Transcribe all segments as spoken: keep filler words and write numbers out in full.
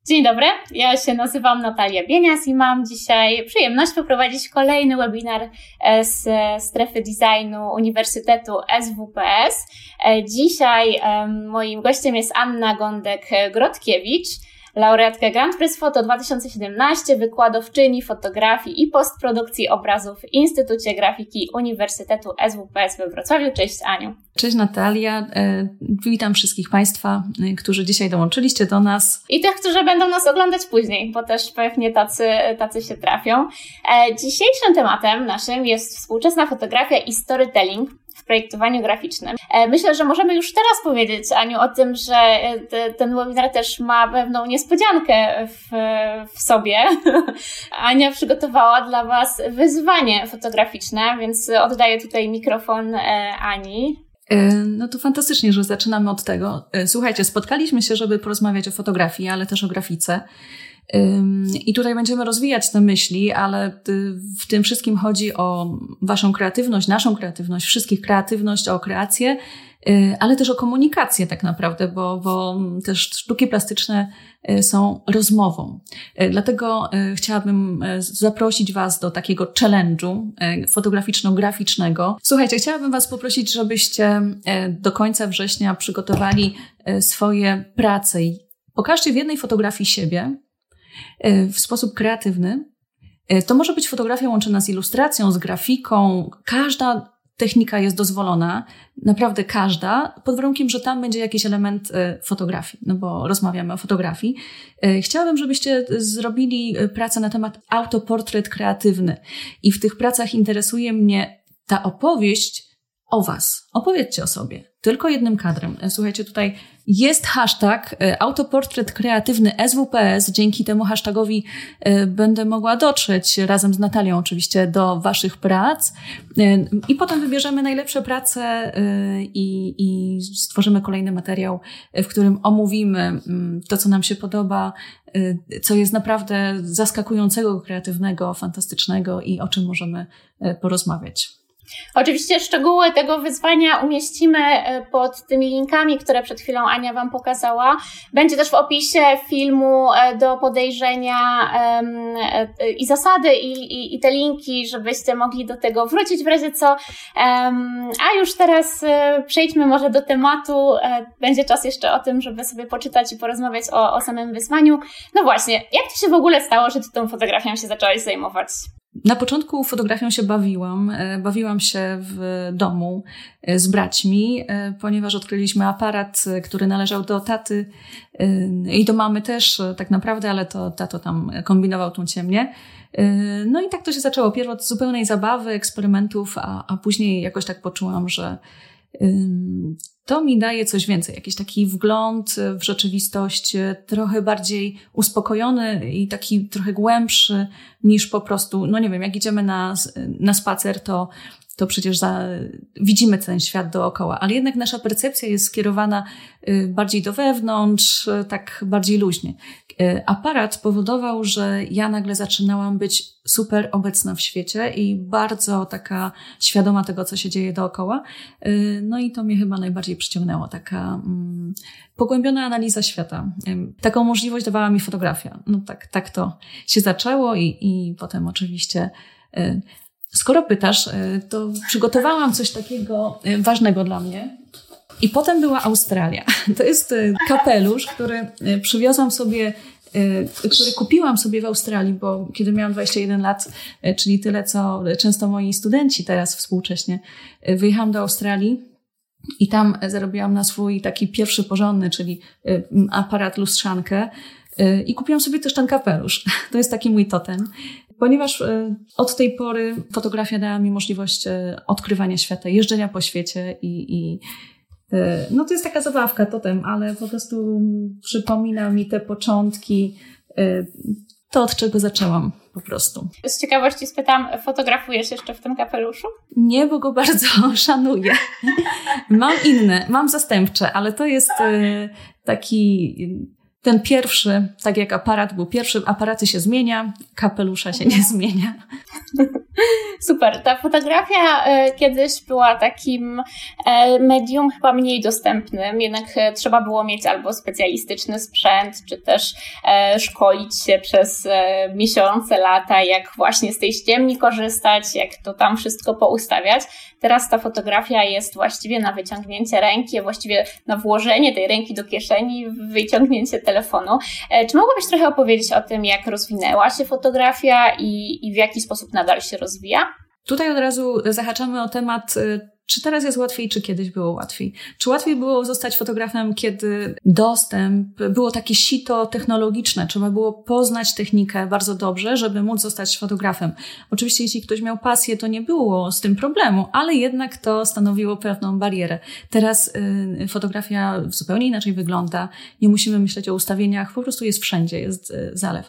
Dzień dobry, ja się nazywam Natalia Bienias i mam dzisiaj przyjemność poprowadzić kolejny webinar z strefy designu Uniwersytetu S W P S. Dzisiaj moim gościem jest Anna Gądek-Grodkiewicz, laureatka Grand Prix Photo dwa tysiące siedemnaście, wykładowczyni fotografii i postprodukcji obrazów w Instytucie Grafiki Uniwersytetu S W P S we Wrocławiu. Cześć Aniu. Cześć Natalia, witam wszystkich Państwa, którzy dzisiaj dołączyliście do nas. I tych, którzy będą nas oglądać później, bo też pewnie tacy, tacy się trafią. Dzisiejszym tematem naszym jest współczesna fotografia i storytelling w projektowaniu graficznym. Myślę, że możemy już teraz powiedzieć, Aniu, o tym, że te, ten webinar też ma pewną niespodziankę w, w sobie. Ania przygotowała dla Was wyzwanie fotograficzne, więc oddaję tutaj mikrofon Ani. No to fantastycznie, że zaczynamy od tego. Słuchajcie, spotkaliśmy się, żeby porozmawiać o fotografii, ale też o grafice. I tutaj będziemy rozwijać te myśli, ale w tym wszystkim chodzi o Waszą kreatywność, naszą kreatywność, wszystkich kreatywność, o kreację, ale też o komunikację tak naprawdę, bo, bo też sztuki plastyczne są rozmową. Dlatego chciałabym zaprosić Was do takiego challenge'u fotograficzno-graficznego. Słuchajcie, chciałabym Was poprosić, żebyście do końca września przygotowali swoje prace i pokażcie w jednej fotografii siebie w sposób kreatywny. To może być fotografia łączona z ilustracją, z grafiką. Każda technika jest dozwolona, naprawdę każda, pod warunkiem, że tam będzie jakiś element fotografii, no bo rozmawiamy o fotografii. Chciałabym, żebyście zrobili pracę na temat autoportret kreatywny i w tych pracach interesuje mnie ta opowieść o Was. Opowiedzcie o sobie. Tylko jednym kadrem. Słuchajcie, tutaj jest hashtag autoportret kreatywny S W P S. Dzięki temu hashtagowi będę mogła dotrzeć razem z Natalią oczywiście do Waszych prac i potem wybierzemy najlepsze prace i, i stworzymy kolejny materiał, w którym omówimy to, co nam się podoba, co jest naprawdę zaskakującego, kreatywnego, fantastycznego i o czym możemy porozmawiać. Oczywiście szczegóły tego wyzwania umieścimy pod tymi linkami, które przed chwilą Ania Wam pokazała. Będzie też w opisie filmu do podejrzenia i zasady i, i, i te linki, żebyście mogli do tego wrócić w razie co. A już teraz przejdźmy może do tematu. Będzie czas jeszcze o tym, żeby sobie poczytać i porozmawiać o, o samym wyzwaniu. No właśnie, jak to się w ogóle stało, że Ty tą fotografią się zaczęłaś zajmować? Na początku fotografią się bawiłam. Bawiłam się w domu z braćmi, ponieważ odkryliśmy aparat, który należał do taty i do mamy też tak naprawdę, ale to tato tam kombinował tłumnie. No i tak to się zaczęło. Pierw od zupełnej zabawy, eksperymentów, a, a później jakoś tak poczułam, że to mi daje coś więcej, jakiś taki wgląd w rzeczywistość, trochę bardziej uspokojony i taki trochę głębszy niż po prostu, no nie wiem, jak idziemy na, na spacer, to, to przecież za, widzimy ten świat dookoła, ale jednak nasza percepcja jest skierowana bardziej do wewnątrz, tak bardziej luźnie. Aparat powodował, że ja nagle zaczynałam być super obecna w świecie i bardzo taka świadoma tego, co się dzieje dookoła. No i to mnie chyba najbardziej przyciągnęło, taka mm, pogłębiona analiza świata. Taką możliwość dawała mi fotografia. No tak, tak to się zaczęło i, i potem oczywiście... Skoro pytasz, to przygotowałam coś takiego ważnego dla mnie. I potem była Australia. To jest kapelusz, który przywiozłam sobie, który kupiłam sobie w Australii, bo kiedy miałam dwadzieścia jeden lat, czyli tyle, co często moi studenci teraz współcześnie, wyjechałam do Australii i tam zarobiłam na swój taki pierwszy porządny, czyli aparat lustrzankę i kupiłam sobie też ten kapelusz. To jest taki mój totem. Ponieważ od tej pory fotografia dała mi możliwość odkrywania świata, jeżdżenia po świecie i, i no to jest taka zabawka, totem, ale po prostu przypomina mi te początki, to od czego zaczęłam po prostu. Z ciekawości spytam, fotografujesz jeszcze w tym kapeluszu? Nie, bo go bardzo szanuję. Mam inne, mam zastępcze, ale to jest taki... Ten pierwszy, tak jak aparat był pierwszy, aparaty się zmienia, kapelusza się nie zmienia. Super. Ta fotografia kiedyś była takim medium chyba mniej dostępnym, jednak trzeba było mieć albo specjalistyczny sprzęt, czy też szkolić się przez miesiące, lata, jak właśnie z tej ściemni korzystać, jak to tam wszystko poustawiać. Teraz ta fotografia jest właściwie na wyciągnięcie ręki, właściwie na włożenie tej ręki do kieszeni, wyciągnięcie telefonu. Czy mogłabyś trochę opowiedzieć o tym, jak rozwinęła się fotografia i, i w jaki sposób nadal się rozwija? Tutaj od razu zahaczamy o temat, czy teraz jest łatwiej, czy kiedyś było łatwiej. Czy łatwiej było zostać fotografem, kiedy dostęp, było takie sito technologiczne, trzeba było poznać technikę bardzo dobrze, żeby móc zostać fotografem. Oczywiście jeśli ktoś miał pasję, to nie było z tym problemu, ale jednak to stanowiło pewną barierę. Teraz y, fotografia zupełnie inaczej wygląda, nie musimy myśleć o ustawieniach, po prostu jest wszędzie, jest y, zalew.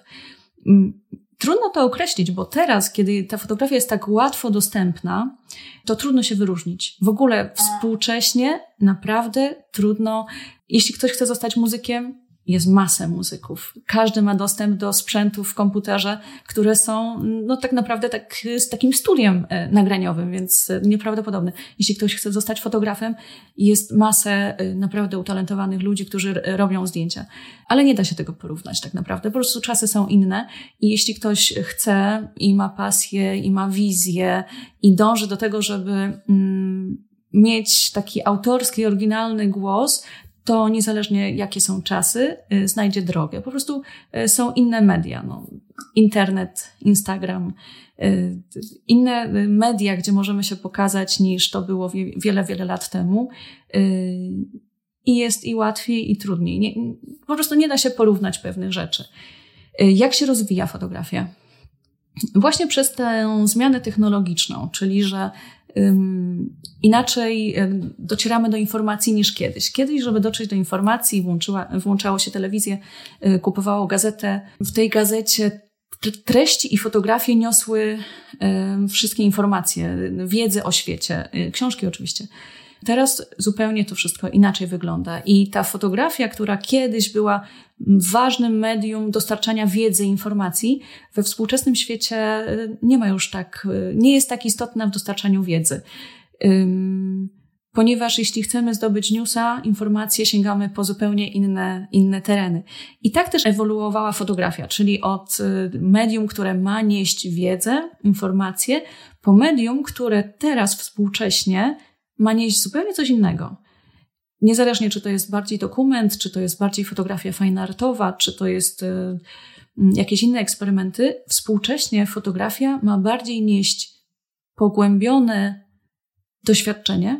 Trudno to określić, bo teraz, kiedy ta fotografia jest tak łatwo dostępna, to trudno się wyróżnić. W ogóle współcześnie naprawdę trudno. Jeśli ktoś chce zostać muzykiem, jest masę muzyków. Każdy ma dostęp do sprzętów w komputerze, które są no tak naprawdę tak, z takim studiem e, nagraniowym, więc e, nieprawdopodobne. Jeśli ktoś chce zostać fotografem, jest masę e, naprawdę utalentowanych ludzi, którzy r- robią zdjęcia. Ale nie da się tego porównać tak naprawdę. Po prostu czasy są inne i jeśli ktoś chce i ma pasję i ma wizję i dąży do tego, żeby mm, mieć taki autorski, oryginalny głos, to niezależnie jakie są czasy, y, znajdzie drogę. Po prostu y, są inne media, no, internet, Instagram, y, inne media, gdzie możemy się pokazać niż to było wie, wiele, wiele lat temu. Y, I jest i łatwiej, i trudniej. Nie, po prostu nie da się porównać pewnych rzeczy. Y, jak się rozwija fotografia? Właśnie przez tę zmianę technologiczną, czyli że Um, inaczej um, docieramy do informacji niż kiedyś. Kiedyś, żeby dotrzeć do informacji, włączyła, włączało się telewizję, y, kupowało gazetę. W tej gazecie treści i fotografie niosły y, wszystkie informacje, wiedzę o świecie, y, książki oczywiście. Teraz zupełnie to wszystko inaczej wygląda i ta fotografia, która kiedyś była ważnym medium dostarczania wiedzy i informacji, we współczesnym świecie nie ma już tak, nie jest tak istotna w dostarczaniu wiedzy. Ponieważ jeśli chcemy zdobyć newsa, informacje, sięgamy po zupełnie inne, inne tereny. I tak też ewoluowała fotografia, czyli od medium, które ma nieść wiedzę, informacje, po medium, które teraz współcześnie ma nieść zupełnie coś innego. Niezależnie, czy to jest bardziej dokument, czy to jest bardziej fotografia fineartowa, czy to jest y, jakieś inne eksperymenty, współcześnie fotografia ma bardziej nieść pogłębione doświadczenie,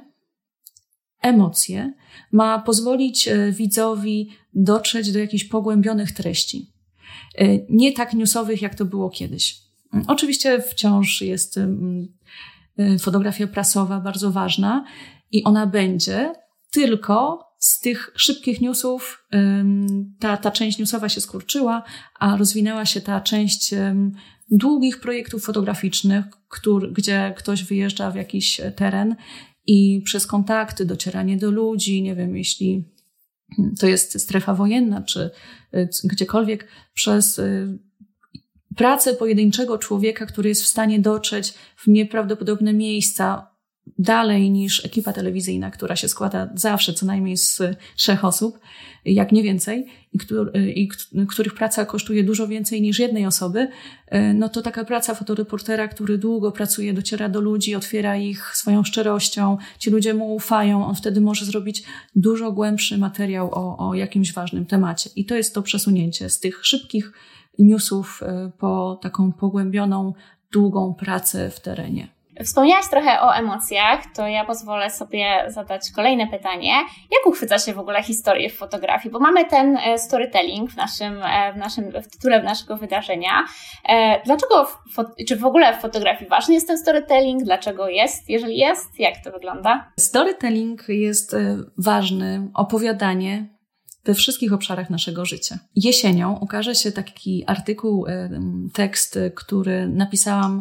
emocje, ma pozwolić y, widzowi dotrzeć do jakichś pogłębionych treści. Y, nie tak newsowych, jak to było kiedyś. Y, oczywiście wciąż jest y, y, fotografia prasowa bardzo ważna i ona będzie, tylko z tych szybkich newsów ym, ta, ta część newsowa się skurczyła, a rozwinęła się ta część ym, długich projektów fotograficznych, który, gdzie ktoś wyjeżdża w jakiś teren i przez kontakty, docieranie do ludzi, nie wiem, jeśli to jest strefa wojenna, czy y, gdziekolwiek, przez y, pracę pojedynczego człowieka, który jest w stanie dotrzeć w nieprawdopodobne miejsca, dalej niż ekipa telewizyjna, która się składa zawsze co najmniej z trzech osób, jak nie więcej, i, któr, i których praca kosztuje dużo więcej niż jednej osoby, no to taka praca fotoreportera, który długo pracuje, dociera do ludzi, otwiera ich swoją szczerością, ci ludzie mu ufają, on wtedy może zrobić dużo głębszy materiał o, o jakimś ważnym temacie. I to jest to przesunięcie z tych szybkich newsów po taką pogłębioną, długą pracę w terenie. Wspomniałaś trochę o emocjach, to ja pozwolę sobie zadać kolejne pytanie. Jak uchwyca się w ogóle historię w fotografii? Bo mamy ten storytelling w naszym, w naszym w tytule naszego wydarzenia. Dlaczego, w, czy w ogóle w fotografii ważny jest ten storytelling? Dlaczego jest? Jeżeli jest, jak to wygląda? Storytelling jest ważny, opowiadanie we wszystkich obszarach naszego życia. Jesienią ukaże się taki artykuł, tekst, który napisałam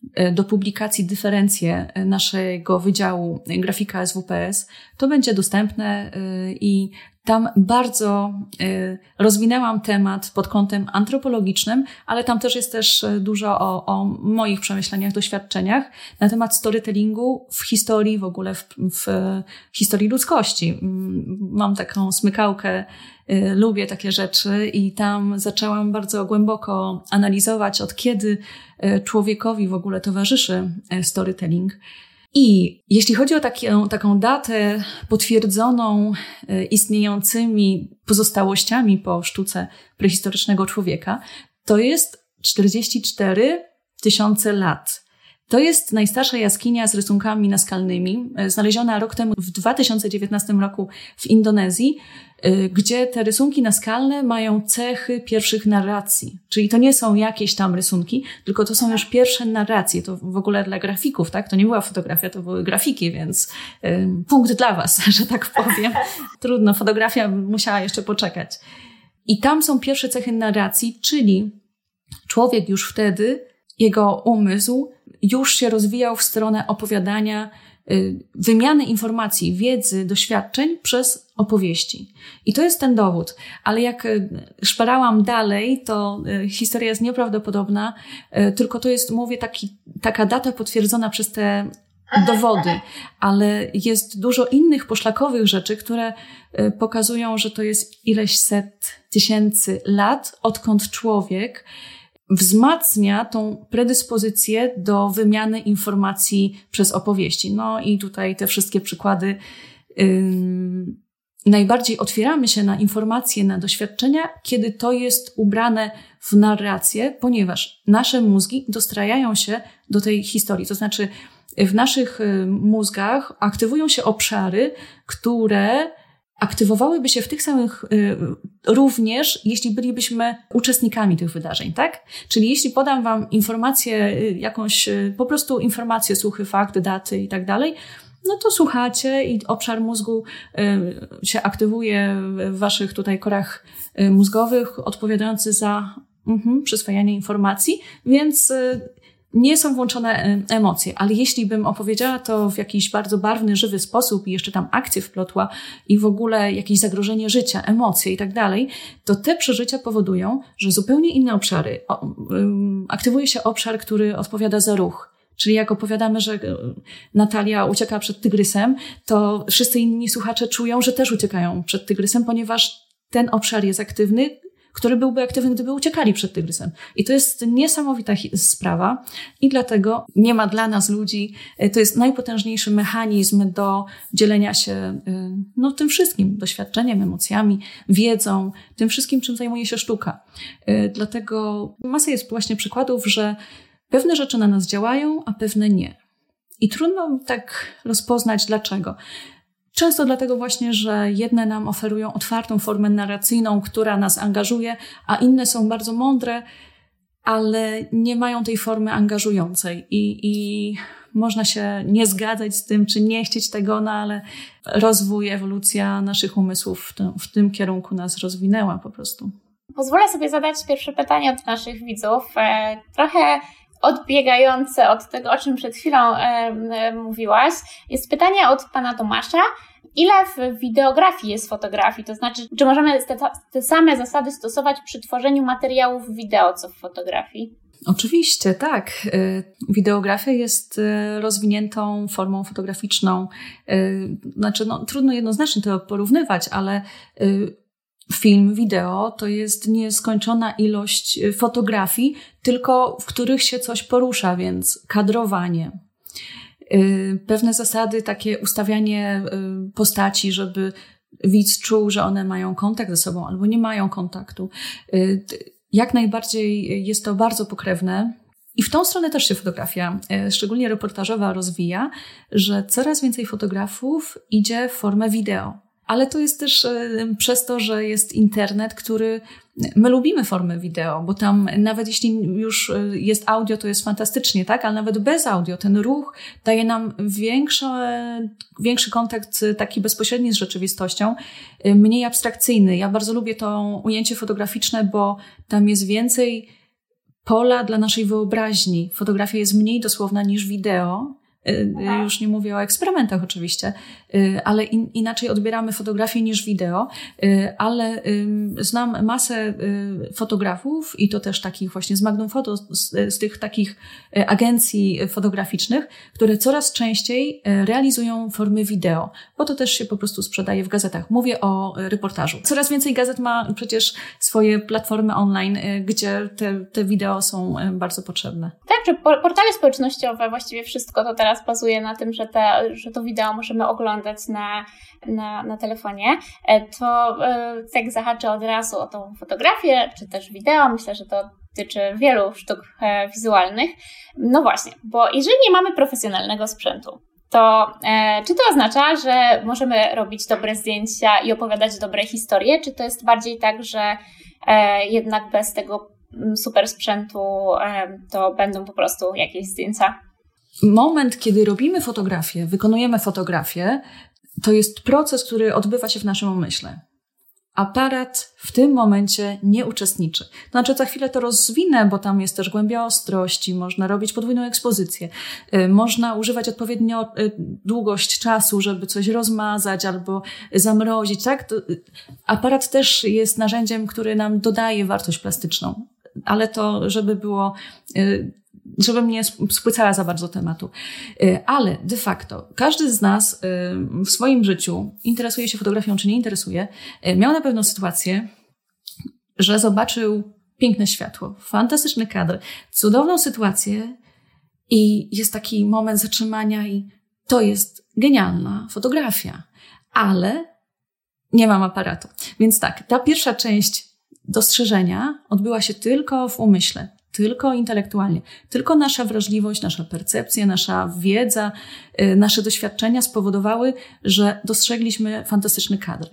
do publikacji dyferencje naszego Wydziału Grafika S W P S, to będzie dostępne i tam bardzo rozwinęłam temat pod kątem antropologicznym, ale tam też jest też dużo o, o moich przemyśleniach, doświadczeniach na temat storytellingu w historii, w ogóle w, w historii ludzkości. Mam taką smykałkę, lubię takie rzeczy i tam zaczęłam bardzo głęboko analizować, od kiedy człowiekowi w ogóle towarzyszy storytelling. I jeśli chodzi o takie, taką datę potwierdzoną istniejącymi pozostałościami po sztuce prehistorycznego człowieka, to jest czterdzieści cztery tysiące lat. To jest najstarsza jaskinia z rysunkami naskalnymi, znaleziona rok temu w dwa tysiące dziewiętnastym roku w Indonezji, gdzie te rysunki naskalne mają cechy pierwszych narracji. Czyli to nie są jakieś tam rysunki, tylko to są już pierwsze narracje. To w ogóle dla grafików, tak? To nie była fotografia, to były grafiki, więc y, punkt dla was, że tak powiem. Trudno, fotografia musiała jeszcze poczekać. I tam są pierwsze cechy narracji, czyli człowiek już wtedy, jego umysł już się rozwijał w stronę opowiadania, wymiany informacji, wiedzy, doświadczeń przez opowieści. I to jest ten dowód. Ale jak szperałam dalej, to historia jest nieprawdopodobna, tylko to jest, mówię, taki, taka data potwierdzona przez te dowody. Ale jest dużo innych poszlakowych rzeczy, które pokazują, że to jest ileś set tysięcy lat, odkąd człowiek wzmacnia tą predyspozycję do wymiany informacji przez opowieści. No i tutaj te wszystkie przykłady. Yy, najbardziej otwieramy się na informacje, na doświadczenia, kiedy to jest ubrane w narrację, ponieważ nasze mózgi dostrajają się do tej historii. To znaczy w naszych mózgach aktywują się obszary, które aktywowałyby się w tych samych y, również, jeśli bylibyśmy uczestnikami tych wydarzeń, tak? Czyli jeśli podam wam informację, y, jakąś y, po prostu informację, słuchy, fakt, daty i tak dalej, no to słuchacie i obszar mózgu y, się aktywuje w waszych tutaj korach y, mózgowych odpowiadający za y, przyswajanie informacji, więc y, nie są włączone emocje, ale jeśli bym opowiedziała to w jakiś bardzo barwny, żywy sposób i jeszcze tam akcję wplotła i w ogóle jakieś zagrożenie życia, emocje i tak dalej, to te przeżycia powodują, że zupełnie inne obszary. O, um, aktywuje się obszar, który odpowiada za ruch. Czyli jak opowiadamy, że Natalia ucieka przed tygrysem, to wszyscy inni słuchacze czują, że też uciekają przed tygrysem, ponieważ ten obszar jest aktywny, który byłby aktywny, gdyby uciekali przed tygrysem. I to jest niesamowita sprawa i dlatego nie ma dla nas ludzi, to jest najpotężniejszy mechanizm do dzielenia się no, tym wszystkim, doświadczeniem, emocjami, wiedzą, tym wszystkim, czym zajmuje się sztuka. Dlatego masa jest właśnie przykładów, że pewne rzeczy na nas działają, a pewne nie. I trudno tak rozpoznać dlaczego. Często dlatego właśnie, że jedne nam oferują otwartą formę narracyjną, która nas angażuje, a inne są bardzo mądre, ale nie mają tej formy angażującej. I, i można się nie zgadzać z tym, czy nie chcieć tego, no ale rozwój, ewolucja naszych umysłów w tym, w tym kierunku nas rozwinęła po prostu. Pozwolę sobie zadać pierwsze pytanie od naszych widzów. Trochę odbiegające od tego, o czym przed chwilą e, e, mówiłaś. Jest pytanie od pana Tomasza. Ile w wideografii jest fotografii? To znaczy, czy możemy te, te same zasady stosować przy tworzeniu materiałów wideo, co w fotografii? Oczywiście, tak. Wideografia jest rozwiniętą formą fotograficzną. Znaczy, no, trudno jednoznacznie to porównywać, ale film, wideo to jest nieskończona ilość fotografii, tylko w których się coś porusza, więc kadrowanie. Pewne zasady, takie ustawianie postaci, żeby widz czuł, że one mają kontakt ze sobą albo nie mają kontaktu. Jak najbardziej jest to bardzo pokrewne. I w tą stronę też się fotografia, szczególnie reportażowa, rozwija, że coraz więcej fotografów idzie w formę wideo. Ale to jest też przez to, że jest internet, który... My lubimy formy wideo, bo tam nawet jeśli już jest audio, to jest fantastycznie, tak? Ale nawet bez audio ten ruch daje nam większy, większy kontakt taki bezpośredni z rzeczywistością, mniej abstrakcyjny. Ja bardzo lubię to ujęcie fotograficzne, bo tam jest więcej pola dla naszej wyobraźni. Fotografia jest mniej dosłowna niż wideo. Już nie mówię o eksperymentach oczywiście, ale in, inaczej odbieramy fotografię niż wideo, ale znam masę fotografów i to też takich właśnie z Magnum Photo, z, z tych takich agencji fotograficznych, które coraz częściej realizują formy wideo, bo to też się po prostu sprzedaje w gazetach. Mówię o reportażu. Coraz więcej gazet ma przecież swoje platformy online, gdzie te, te wideo są bardzo potrzebne. Tak, że portale społecznościowe, właściwie wszystko to teraz bazuje na tym, że, te, że to wideo możemy oglądać na, na, na telefonie, to e, tak zahaczę od razu o tą fotografię, czy też wideo. Myślę, że to dotyczy wielu sztuk e, wizualnych. No właśnie, bo jeżeli nie mamy profesjonalnego sprzętu, to e, czy to oznacza, że możemy robić dobre zdjęcia i opowiadać dobre historie, czy to jest bardziej tak, że e, jednak bez tego super sprzętu e, to będą po prostu jakieś zdjęcia? Moment, kiedy robimy fotografię, wykonujemy fotografię, to jest proces, który odbywa się w naszym umyśle. Aparat w tym momencie nie uczestniczy. To znaczy, za chwilę to rozwinę, bo tam jest też głębia ostrości, można robić podwójną ekspozycję, można używać odpowiednio długość czasu, żeby coś rozmazać albo zamrozić, tak? To aparat też jest narzędziem, który nam dodaje wartość plastyczną, ale to, żeby było... żebym nie spłycała za bardzo tematu. Ale de facto każdy z nas w swoim życiu, interesuje się fotografią czy nie interesuje, miał na pewno sytuację, że zobaczył piękne światło, fantastyczny kadr, cudowną sytuację i jest taki moment zatrzymania i to jest genialna fotografia, ale nie mam aparatu. Więc tak, ta pierwsza część dostrzeżenia odbyła się tylko w umyśle. Tylko intelektualnie. Tylko nasza wrażliwość, nasza percepcja, nasza wiedza, nasze doświadczenia spowodowały, że dostrzegliśmy fantastyczny kadr.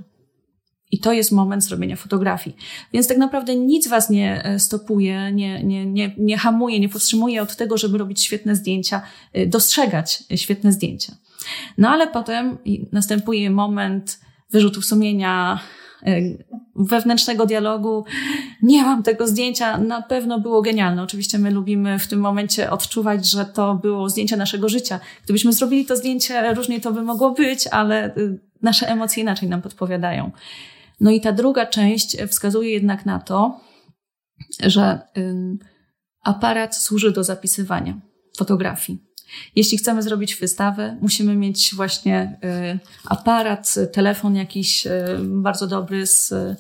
I to jest moment zrobienia fotografii. Więc tak naprawdę nic was nie stopuje, nie, nie, nie, nie hamuje, nie powstrzymuje od tego, żeby robić świetne zdjęcia, dostrzegać świetne zdjęcia. No ale potem następuje moment wyrzutów sumienia, wewnętrznego dialogu. Nie mam tego zdjęcia, na pewno było genialne. Oczywiście my lubimy w tym momencie odczuwać, że to było zdjęcie naszego życia. Gdybyśmy zrobili to zdjęcie, różnie to by mogło być, ale nasze emocje inaczej nam podpowiadają. No i ta druga część wskazuje jednak na to, że aparat służy do zapisywania fotografii. Jeśli chcemy zrobić wystawę, musimy mieć właśnie y, aparat, telefon jakiś y, bardzo dobry z y,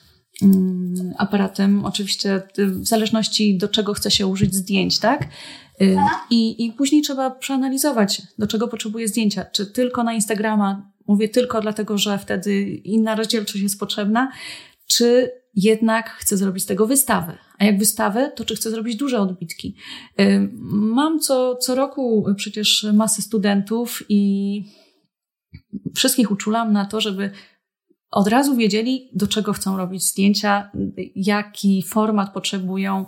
aparatem. Oczywiście y, w zależności do czego chce się użyć zdjęć, tak? Y, i, I później trzeba przeanalizować, do czego potrzebuje zdjęcia. Czy tylko na Instagrama, mówię tylko dlatego, że wtedy inna rozdzielczość jest potrzebna, czy jednak chcę zrobić z tego wystawę. A jak wystawę, to czy chcę zrobić duże odbitki? Mam co, co roku przecież masę studentów i wszystkich uczulam na to, żeby od razu wiedzieli, do czego chcą robić zdjęcia, jaki format potrzebują.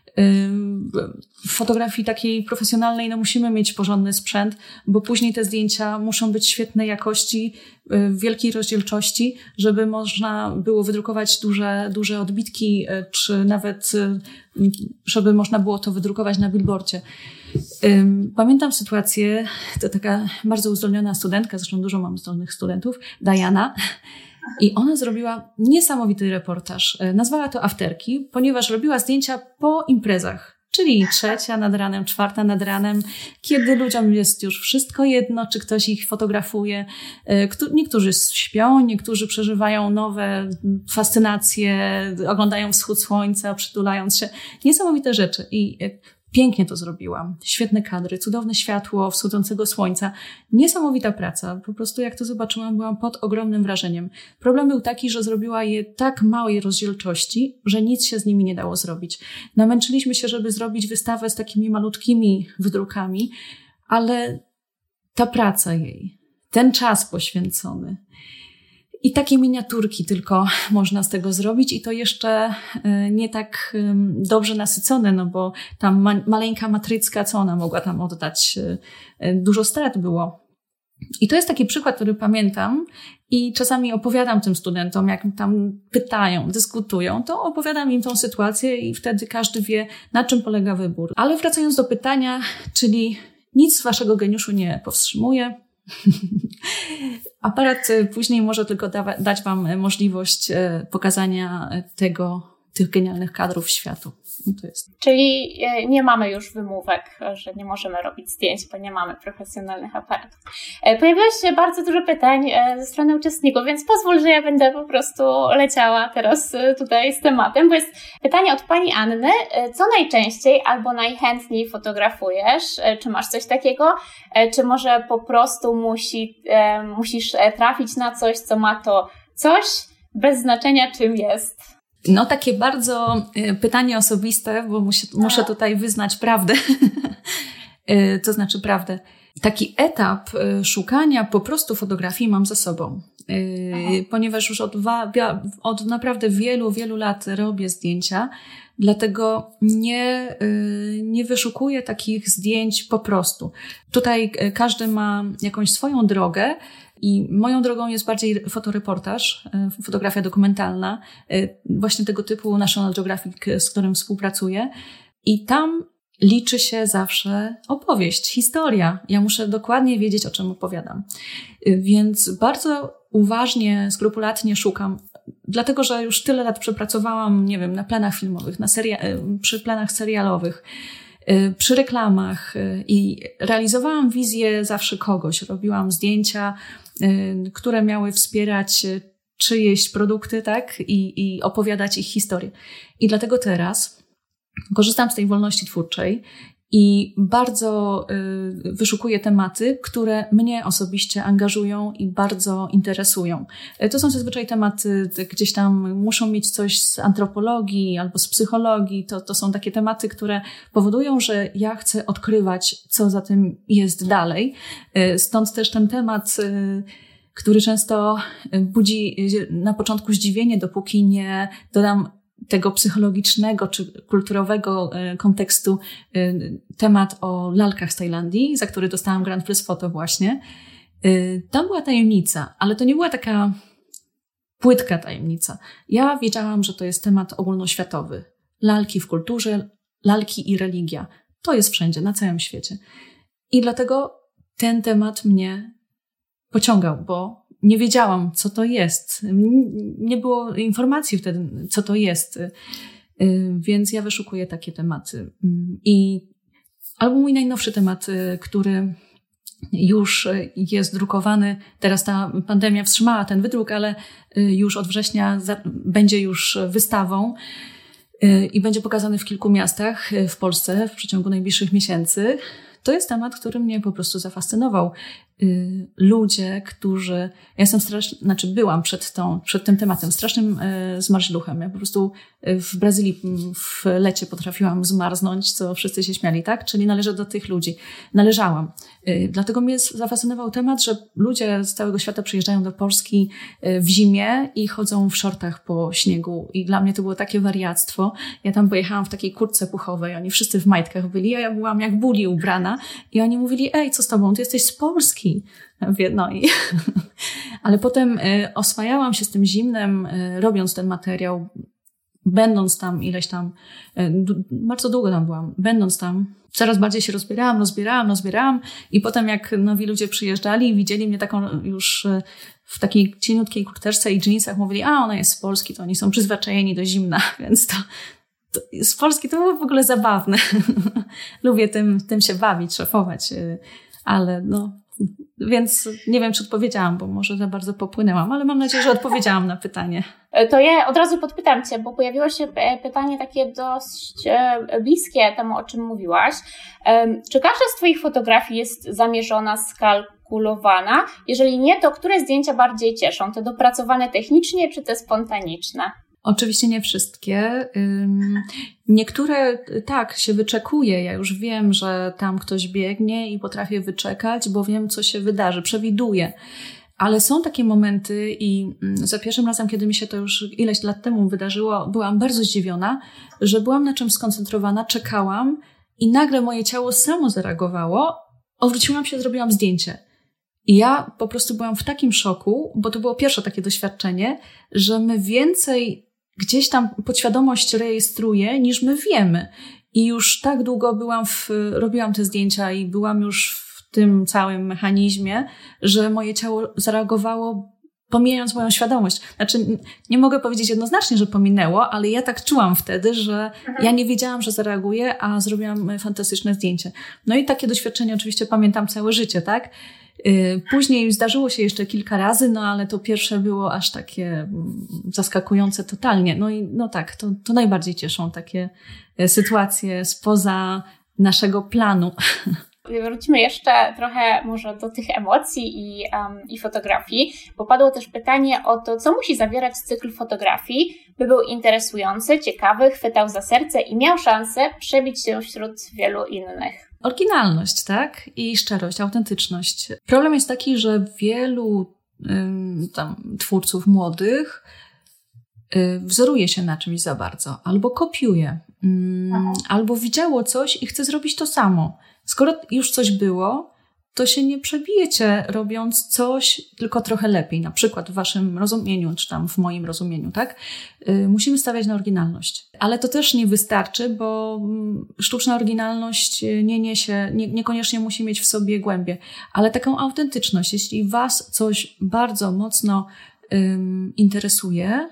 W fotografii takiej profesjonalnej no musimy mieć porządny sprzęt, bo później te zdjęcia muszą być świetnej jakości, w wielkiej rozdzielczości, żeby można było wydrukować duże, duże odbitki, czy nawet żeby można było to wydrukować na billboardzie. Pamiętam sytuację, to taka bardzo uzdolniona studentka, zresztą dużo mam zdolnych studentów, Diana, i ona zrobiła niesamowity reportaż. Nazwała to afterki, ponieważ robiła zdjęcia po imprezach, czyli trzecia nad ranem, czwarta nad ranem, kiedy ludziom jest już wszystko jedno, czy ktoś ich fotografuje. Niektórzy śpią, niektórzy przeżywają nowe fascynacje, oglądają wschód słońca, przytulając się. Niesamowite rzeczy. I pięknie to zrobiłam. Świetne kadry, cudowne światło wschodzącego słońca. Niesamowita praca. Po prostu jak to zobaczyłam, byłam pod ogromnym wrażeniem. Problem był taki, że zrobiła je tak małej rozdzielczości, że nic się z nimi nie dało zrobić. Namęczyliśmy się, żeby zrobić wystawę z takimi malutkimi wydrukami, ale ta praca jej, ten czas poświęcony i takie miniaturki tylko można z tego zrobić i to jeszcze nie tak dobrze nasycone, no bo tam ma- maleńka matrycka, co ona mogła tam oddać? Dużo strat było. I to jest taki przykład, który pamiętam i czasami opowiadam tym studentom, jak tam pytają, dyskutują, to opowiadam im tą sytuację i wtedy każdy wie, na czym polega wybór. Ale wracając do pytania, czyli nic z waszego geniuszu nie powstrzymuje. Aparat później może tylko da- dać wam możliwość pokazania tego, tych genialnych kadrów światu. I to jest. Czyli nie mamy już wymówek, że nie możemy robić zdjęć, bo nie mamy profesjonalnych aparatów. Pojawiło się bardzo dużo pytań ze strony uczestników, więc pozwól, że ja będę po prostu leciała teraz tutaj z tematem, bo jest pytanie od pani Anny. Co najczęściej albo najchętniej fotografujesz? Czy masz coś takiego? Czy może po prostu musi, musisz trafić na coś, co ma to coś, bez znaczenia czym jest? No takie bardzo pytanie osobiste, bo muszę, muszę tutaj wyznać prawdę. To znaczy prawdę. Taki etap szukania po prostu fotografii mam za sobą. Aha. Ponieważ już od, od naprawdę wielu, wielu lat robię zdjęcia, dlatego nie, nie wyszukuję takich zdjęć po prostu. Tutaj każdy ma jakąś swoją drogę. I moją drogą jest bardziej fotoreportaż, fotografia dokumentalna, właśnie tego typu National Geographic, z którym współpracuję. I tam liczy się zawsze opowieść, historia. Ja muszę dokładnie wiedzieć, o czym opowiadam. Więc bardzo uważnie, skrupulatnie szukam, dlatego że już tyle lat przepracowałam, nie wiem, na planach filmowych, na seria- przy planach serialowych, przy reklamach i realizowałam wizję zawsze kogoś. Robiłam zdjęcia, które miały wspierać czyjeś produkty, tak? I, i opowiadać ich historię. I dlatego teraz korzystam z tej wolności twórczej i bardzo y, wyszukuję tematy, które mnie osobiście angażują i bardzo interesują. To są zazwyczaj tematy, gdzieś tam muszą mieć coś z antropologii albo z psychologii. To, to są takie tematy, które powodują, że ja chcę odkrywać, co za tym jest dalej. Stąd też ten temat, y, który często budzi na początku zdziwienie, dopóki nie dodam tego psychologicznego czy kulturowego kontekstu, temat o lalkach z Tajlandii, za który dostałam Grand Prix Photo właśnie. Tam była tajemnica, ale to nie była taka płytka tajemnica. Ja wiedziałam, że to jest temat ogólnoświatowy. Lalki w kulturze, lalki i religia. To jest wszędzie, na całym świecie. I dlatego ten temat mnie pociągał, bo nie wiedziałam, co to jest. Nie było informacji wtedy, co to jest. Więc ja wyszukuję takie tematy. I albo mój najnowszy temat, który już jest drukowany. Teraz ta pandemia wstrzymała ten wydruk, ale już od września będzie już wystawą i będzie pokazany w kilku miastach w Polsce w przeciągu najbliższych miesięcy. To jest temat, który mnie po prostu zafascynował. Ludzie, którzy... Ja jestem strasznie... Znaczy byłam przed, tą, przed tym tematem strasznym zmarzluchem. Ja po prostu w Brazylii w lecie potrafiłam zmarznąć, co wszyscy się śmiali, tak? Czyli należę do tych ludzi. Należałam. Dlatego mnie zafascynował temat, że ludzie z całego świata przyjeżdżają do Polski w zimie i chodzą w shortach po śniegu. I dla mnie to było takie wariactwo. Ja tam pojechałam w takiej kurtce puchowej. Oni wszyscy w majtkach byli, a ja byłam jak buli ubrana. I oni mówili, ej, co z tobą? Ty jesteś z Polski. No i ale potem y, oswajałam się z tym zimnem, y, robiąc ten materiał, będąc tam ileś tam, y, d- bardzo długo tam byłam, będąc tam, coraz bardziej się rozbierałam, rozbierałam, rozbierałam i potem jak nowi ludzie przyjeżdżali i widzieli mnie taką już y, w takiej cieniutkiej kurteczce i dżinsach, mówili, a ona jest z Polski, to oni są przyzwyczajeni do zimna, więc to, to z Polski to było w ogóle zabawne. Lubię tym, tym się bawić, szafować, y, ale no... Więc nie wiem, czy odpowiedziałam, bo może za bardzo popłynęłam, ale mam nadzieję, że odpowiedziałam na pytanie. To ja od razu podpytam Cię, bo pojawiło się pytanie takie dość bliskie temu, o czym mówiłaś. Czy każda z Twoich fotografii jest zamierzona, skalkulowana? Jeżeli nie, to które zdjęcia bardziej cieszą? Te dopracowane technicznie, czy te spontaniczne? Oczywiście nie wszystkie. Niektóre tak się wyczekuje. Ja już wiem, że tam ktoś biegnie i potrafię wyczekać, bo wiem, co się wydarzy. Przewiduję. Ale są takie momenty i za pierwszym razem, kiedy mi się to już ileś lat temu wydarzyło, byłam bardzo zdziwiona, że byłam na czymś skoncentrowana, czekałam i nagle moje ciało samo zareagowało, odwróciłam się, zrobiłam zdjęcie. I ja po prostu byłam w takim szoku, bo to było pierwsze takie doświadczenie, że my więcej gdzieś tam podświadomość rejestruje, niż my wiemy. I już tak długo byłam w, robiłam te zdjęcia i byłam już w tym całym mechanizmie, że moje ciało zareagowało, pomijając moją świadomość. Znaczy, nie mogę powiedzieć jednoznacznie, że pominęło, ale ja tak czułam wtedy, że ja nie wiedziałam, że zareaguję, a zrobiłam fantastyczne zdjęcie. No i takie doświadczenie oczywiście pamiętam całe życie, tak? Później zdarzyło się jeszcze kilka razy, no ale to pierwsze było aż takie zaskakujące totalnie. No i no tak, to, to najbardziej cieszą takie sytuacje spoza naszego planu. Wrócimy jeszcze trochę może do tych emocji i, um, i fotografii, bo padło też pytanie o to, co musi zawierać cykl fotografii, by był interesujący, ciekawy, chwytał za serce i miał szansę przebić się wśród wielu innych. Oryginalność, tak? I szczerość, autentyczność. Problem jest taki, że wielu ym, tam twórców młodych y, wzoruje się na czymś za bardzo, albo kopiuje, ym, albo widziało coś i chce zrobić to samo. Skoro już coś było, to się nie przebijecie robiąc coś tylko trochę lepiej. Na przykład w waszym rozumieniu, czy tam w moim rozumieniu, tak? Yy, musimy stawiać na oryginalność. Ale to też nie wystarczy, bo sztuczna oryginalność nie niesie, nie, niekoniecznie musi mieć w sobie głębię. Ale taką autentyczność, jeśli was coś bardzo mocno ym, interesuje,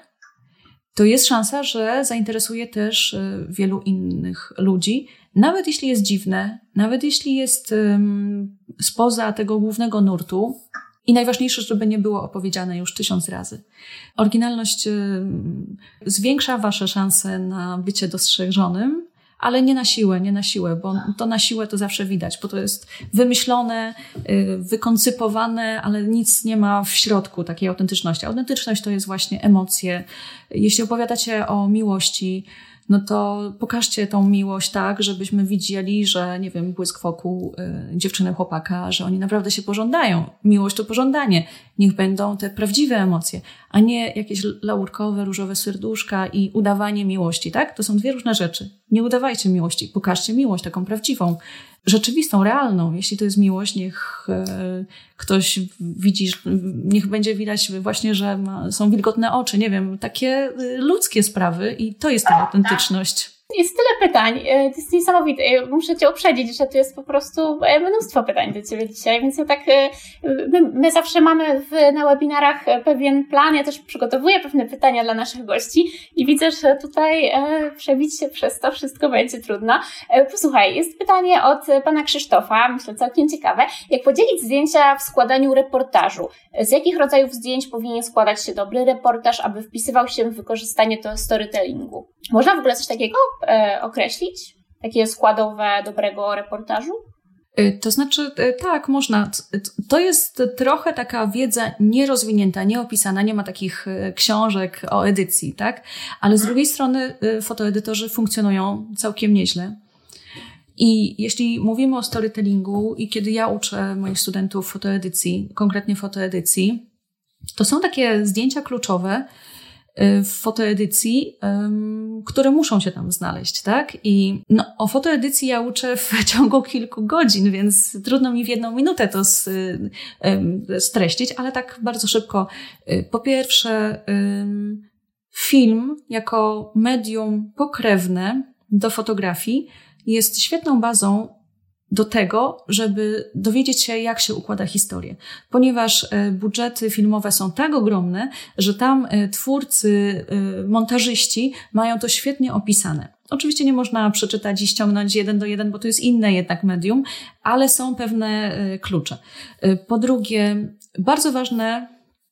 to jest szansa, że zainteresuje też wielu innych ludzi. Nawet jeśli jest dziwne, nawet jeśli jest um, spoza tego głównego nurtu i najważniejsze, żeby nie było opowiedziane już tysiąc razy. Oryginalność um, zwiększa wasze szanse na bycie dostrzeżonym, ale nie na siłę, nie na siłę, bo to na siłę to zawsze widać, bo to jest wymyślone, wykoncypowane, ale nic nie ma w środku takiej autentyczności. Autentyczność to jest właśnie emocje. Jeśli opowiadacie o miłości, no to pokażcie tą miłość tak, żebyśmy widzieli, że, nie wiem, błysk wokół y, dziewczyny, chłopaka, że oni naprawdę się pożądają. Miłość to pożądanie. Niech będą te prawdziwe emocje, a nie jakieś laurkowe, różowe serduszka i udawanie miłości, tak? To są dwie różne rzeczy. Nie udawajcie miłości, pokażcie miłość taką prawdziwą, rzeczywistą, realną. Jeśli to jest miłość, niech y, ktoś widzi, niech będzie widać właśnie, że ma, są wilgotne oczy, nie wiem, takie y, ludzkie sprawy i to jest ta autentyczność. Jest tyle pytań, to jest niesamowite. Muszę Cię uprzedzić, że tu jest po prostu mnóstwo pytań do Ciebie dzisiaj, więc ja tak, my, my zawsze mamy w, na webinarach pewien plan, ja też przygotowuję pewne pytania dla naszych gości i widzę, że tutaj przebić się przez to wszystko będzie trudno. Posłuchaj, jest pytanie od pana Krzysztofa, myślę całkiem ciekawe. Jak podzielić zdjęcia w składaniu reportażu? Z jakich rodzajów zdjęć powinien składać się dobry reportaż, aby wpisywał się w wykorzystanie to storytellingu? Można w ogóle coś takiego e, określić? Takie składowe dobrego reportażu? To znaczy, tak, można. To jest trochę taka wiedza nierozwinięta, nieopisana, nie ma takich książek o edycji, tak? Ale z drugiej strony fotoedytorzy funkcjonują całkiem nieźle. I jeśli mówimy o storytellingu i kiedy ja uczę moich studentów fotoedycji, konkretnie fotoedycji, to są takie zdjęcia kluczowe w fotoedycji, um, które muszą się tam znaleźć, tak? I no, o fotoedycji ja uczę w ciągu kilku godzin, więc trudno mi w jedną minutę to z, um, streścić, ale tak bardzo szybko. Po pierwsze, um, film jako medium pokrewne do fotografii jest świetną bazą do tego, żeby dowiedzieć się, jak się układa historię. Ponieważ budżety filmowe są tak ogromne, że tam twórcy, montażyści mają to świetnie opisane. Oczywiście nie można przeczytać i ściągnąć jeden do jeden, bo to jest inne jednak medium, ale są pewne klucze. Po drugie, bardzo ważne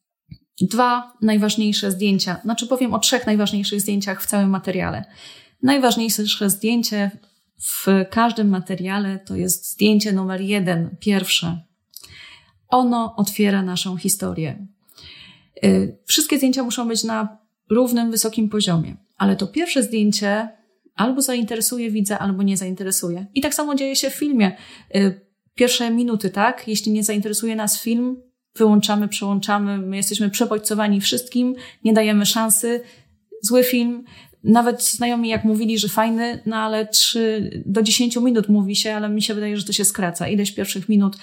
dwa najważniejsze zdjęcia. Znaczy powiem o trzech najważniejszych zdjęciach w całym materiale. Najważniejsze zdjęcie w każdym materiale to jest zdjęcie numer jeden, pierwsze. Ono otwiera naszą historię. Wszystkie zdjęcia muszą być na równym, wysokim poziomie, ale to pierwsze zdjęcie albo zainteresuje widza, albo nie zainteresuje. I tak samo dzieje się w filmie. Pierwsze minuty, tak? Jeśli nie zainteresuje nas film, wyłączamy, przełączamy, my jesteśmy przebodźcowani wszystkim, nie dajemy szansy. Zły film. Nawet znajomi jak mówili, że fajny, no ale trzy do dziesięciu minut mówi się, ale mi się wydaje, że to się skraca. Ileś pierwszych minut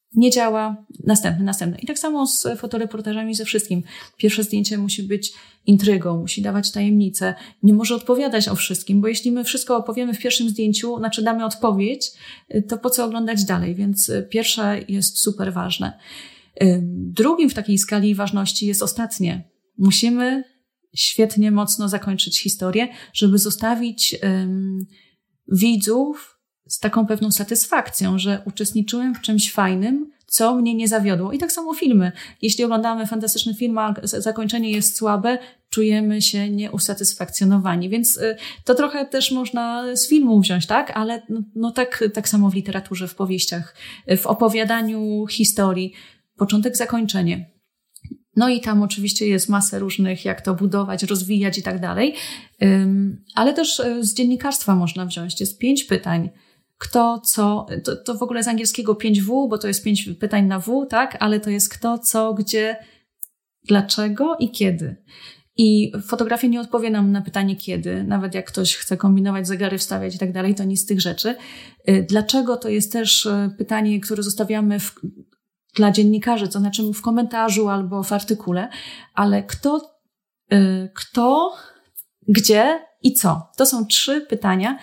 Nie działa, następny, następny. I tak samo z fotoreportażami, ze wszystkim. Pierwsze zdjęcie musi być intrygą, musi dawać tajemnicę, nie może odpowiadać o wszystkim, bo jeśli my wszystko opowiemy w pierwszym zdjęciu, znaczy damy odpowiedź, to po co oglądać dalej? Więc pierwsze jest super ważne. Drugim w takiej skali ważności jest ostatnie. Musimy świetnie, mocno zakończyć historię, żeby zostawić um, widzów z taką pewną satysfakcją, że uczestniczyłem w czymś fajnym, co mnie nie zawiodło. I tak samo filmy. Jeśli oglądamy fantastyczny film, a zakończenie jest słabe, czujemy się nieusatysfakcjonowani. Więc to trochę też można z filmu wziąć, tak? Ale no, no tak, tak samo w literaturze, w powieściach, w opowiadaniu historii. Początek, zakończenie. No i tam oczywiście jest masę różnych, jak to budować, rozwijać i tak dalej. Ale też z dziennikarstwa można wziąć. Jest pięć pytań. Kto, co, to, to w ogóle z angielskiego pięć W, bo to jest pięć pytań na W, tak? Ale to jest kto, co, gdzie, dlaczego i kiedy. I fotografia nie odpowie nam na pytanie kiedy, nawet jak ktoś chce kombinować, zegary wstawiać i tak dalej, to nic z tych rzeczy. Dlaczego to jest też pytanie, które zostawiamy w, dla dziennikarzy, to znaczy w komentarzu albo w artykule, ale kto, kto, gdzie i co. To są trzy pytania.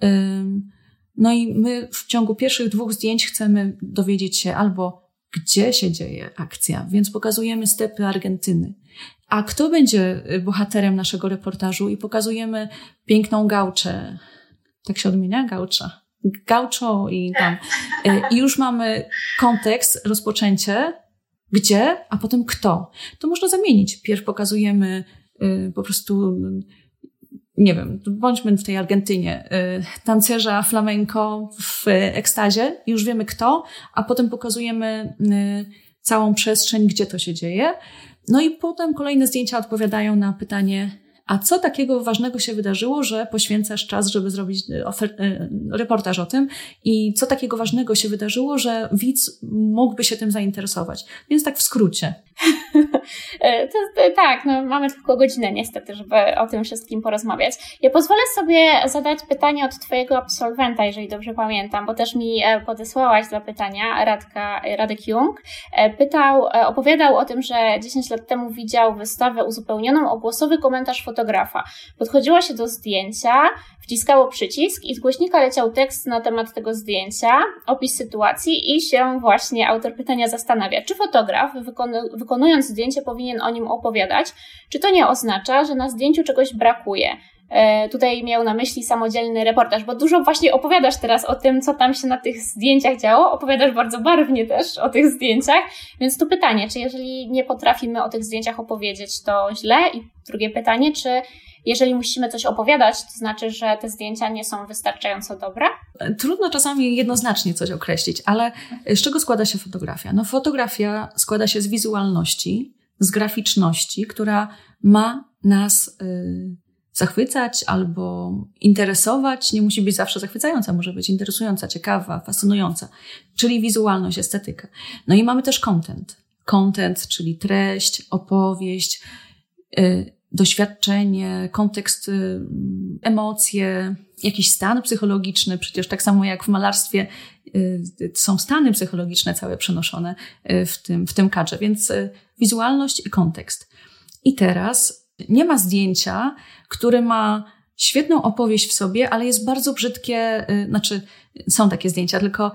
No i my w ciągu pierwszych dwóch zdjęć chcemy dowiedzieć się albo gdzie się dzieje akcja, więc pokazujemy stepy Argentyny. A kto będzie bohaterem naszego reportażu i pokazujemy piękną gauczę. Tak się odmienia? Gaucza. Gaucho i tam. I już mamy kontekst, rozpoczęcie, gdzie, a potem kto. To można zamienić. Pierw pokazujemy po prostu, nie wiem, bądźmy w tej Argentynie, tancerza flamenco w ekstazie, już wiemy kto, a potem pokazujemy całą przestrzeń, gdzie to się dzieje. No i potem kolejne zdjęcia odpowiadają na pytanie, a co takiego ważnego się wydarzyło, że poświęcasz czas, żeby zrobić ofer- reportaż o tym i co takiego ważnego się wydarzyło, że widz mógłby się tym zainteresować. Więc tak w skrócie. To, to, tak, no mamy tylko godzinę niestety, żeby o tym wszystkim porozmawiać. Ja pozwolę sobie zadać pytanie od twojego absolwenta, jeżeli dobrze pamiętam, bo też mi podesłałaś dwa pytania, Radka, Radek Jung. Pytał, opowiadał o tym, że dziesięć lat temu widział wystawę uzupełnioną o głosowy komentarz fotografa. Podchodziło się do zdjęcia, wciskało przycisk i z głośnika leciał tekst na temat tego zdjęcia, opis sytuacji i się właśnie autor pytania zastanawia, czy fotograf wykonu- wykonując zdjęcie powinien o nim opowiadać, czy to nie oznacza, że na zdjęciu czegoś brakuje. E, tutaj miał na myśli samodzielny reportaż, bo dużo właśnie opowiadasz teraz o tym, co tam się na tych zdjęciach działo, opowiadasz bardzo barwnie też o tych zdjęciach, więc tu pytanie, czy jeżeli nie potrafimy o tych zdjęciach opowiedzieć, to źle? I drugie pytanie, czy jeżeli musimy coś opowiadać, to znaczy, że te zdjęcia nie są wystarczająco dobre? Trudno czasami jednoznacznie coś określić, ale z czego składa się fotografia? No fotografia składa się z wizualności, z graficzności, która ma nas y, zachwycać albo interesować. Nie musi być zawsze zachwycająca, może być interesująca, ciekawa, fascynująca. Czyli wizualność, estetyka. No i mamy też content. Content, czyli treść, opowieść, y, doświadczenie, kontekst, emocje, jakiś stan psychologiczny, przecież tak samo jak w malarstwie są stany psychologiczne całe przenoszone w tym, w tym kadrze, więc wizualność i kontekst. I teraz nie ma zdjęcia, które ma świetną opowieść w sobie, ale jest bardzo brzydkie, znaczy są takie zdjęcia, tylko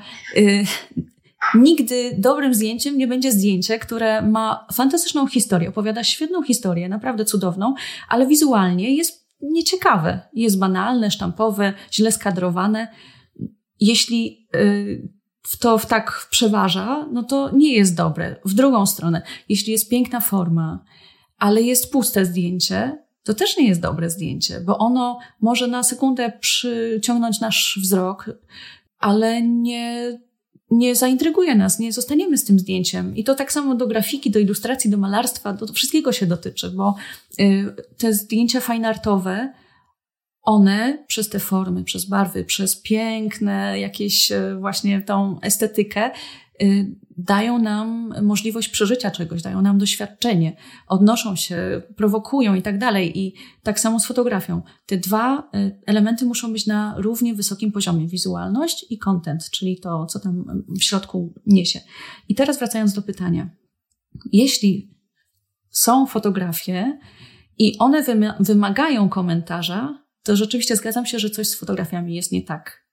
nigdy dobrym zdjęciem nie będzie zdjęcie, które ma fantastyczną historię, opowiada świetną historię, naprawdę cudowną, ale wizualnie jest nieciekawe. Jest banalne, sztampowe, źle skadrowane. Jeśli y, to tak przeważa, no to nie jest dobre. W drugą stronę, jeśli jest piękna forma, ale jest puste zdjęcie, to też nie jest dobre zdjęcie, bo ono może na sekundę przyciągnąć nasz wzrok, ale nie... nie zaintryguje nas, nie zostaniemy z tym zdjęciem. I to tak samo do grafiki, do ilustracji, do malarstwa, do wszystkiego się dotyczy, bo y, te zdjęcia fineartowe, one przez te formy, przez barwy, przez piękne jakieś y, właśnie tą estetykę y, dają nam możliwość przeżycia czegoś, dają nam doświadczenie, odnoszą się, prowokują i tak dalej. I tak samo z fotografią. Te dwa elementy muszą być na równie wysokim poziomie. Wizualność i content, czyli to, co tam w środku niesie. I teraz wracając do pytania. Jeśli są fotografie i one wymagają komentarza, to rzeczywiście zgadzam się, że coś z fotografiami jest nie tak.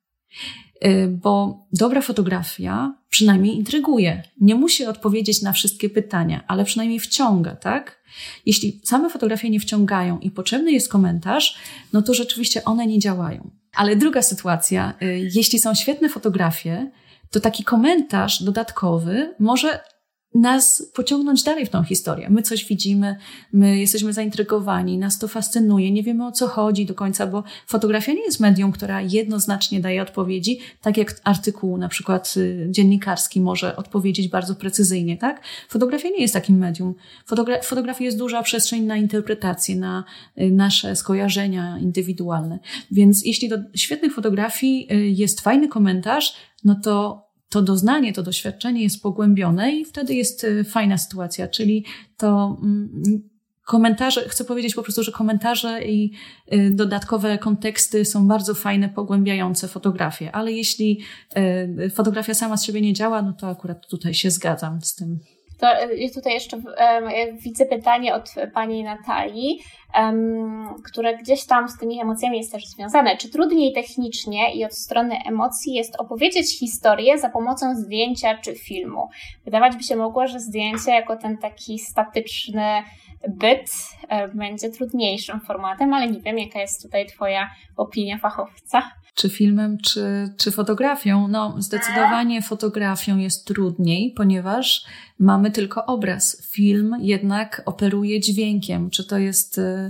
Bo dobra fotografia przynajmniej intryguje. Nie musi odpowiedzieć na wszystkie pytania, ale przynajmniej wciąga, tak? Jeśli same fotografie nie wciągają i potrzebny jest komentarz, no to rzeczywiście one nie działają. Ale druga sytuacja, jeśli są świetne fotografie, to taki komentarz dodatkowy może nas pociągnąć dalej w tą historię. My coś widzimy, my jesteśmy zaintrygowani, nas to fascynuje, nie wiemy o co chodzi do końca, bo fotografia nie jest medium, która jednoznacznie daje odpowiedzi, tak jak artykuł na przykład dziennikarski może odpowiedzieć bardzo precyzyjnie, tak? Fotografia nie jest takim medium. Fotogra- fotografia jest duża przestrzeń na interpretację, na nasze skojarzenia indywidualne. Więc jeśli do świetnych fotografii jest fajny komentarz, no to to doznanie, to doświadczenie jest pogłębione i wtedy jest fajna sytuacja, czyli to komentarze, chcę powiedzieć po prostu, że komentarze i dodatkowe konteksty są bardzo fajne, pogłębiające fotografię, ale jeśli fotografia sama z siebie nie działa, no to akurat tutaj się zgadzam z tym. To tutaj jeszcze um, widzę pytanie od pani Natalii, um, które gdzieś tam z tymi emocjami jest też związane. Czy trudniej technicznie i od strony emocji jest opowiedzieć historię za pomocą zdjęcia czy filmu? Wydawać by się mogło, że zdjęcie jako ten taki statyczny byt um, będzie trudniejszym formatem, ale nie wiem, jaka jest tutaj twoja opinia fachowca. Czy filmem, czy, czy fotografią? No, zdecydowanie fotografią jest trudniej, ponieważ mamy tylko obraz. Film jednak operuje dźwiękiem, czy to jest y,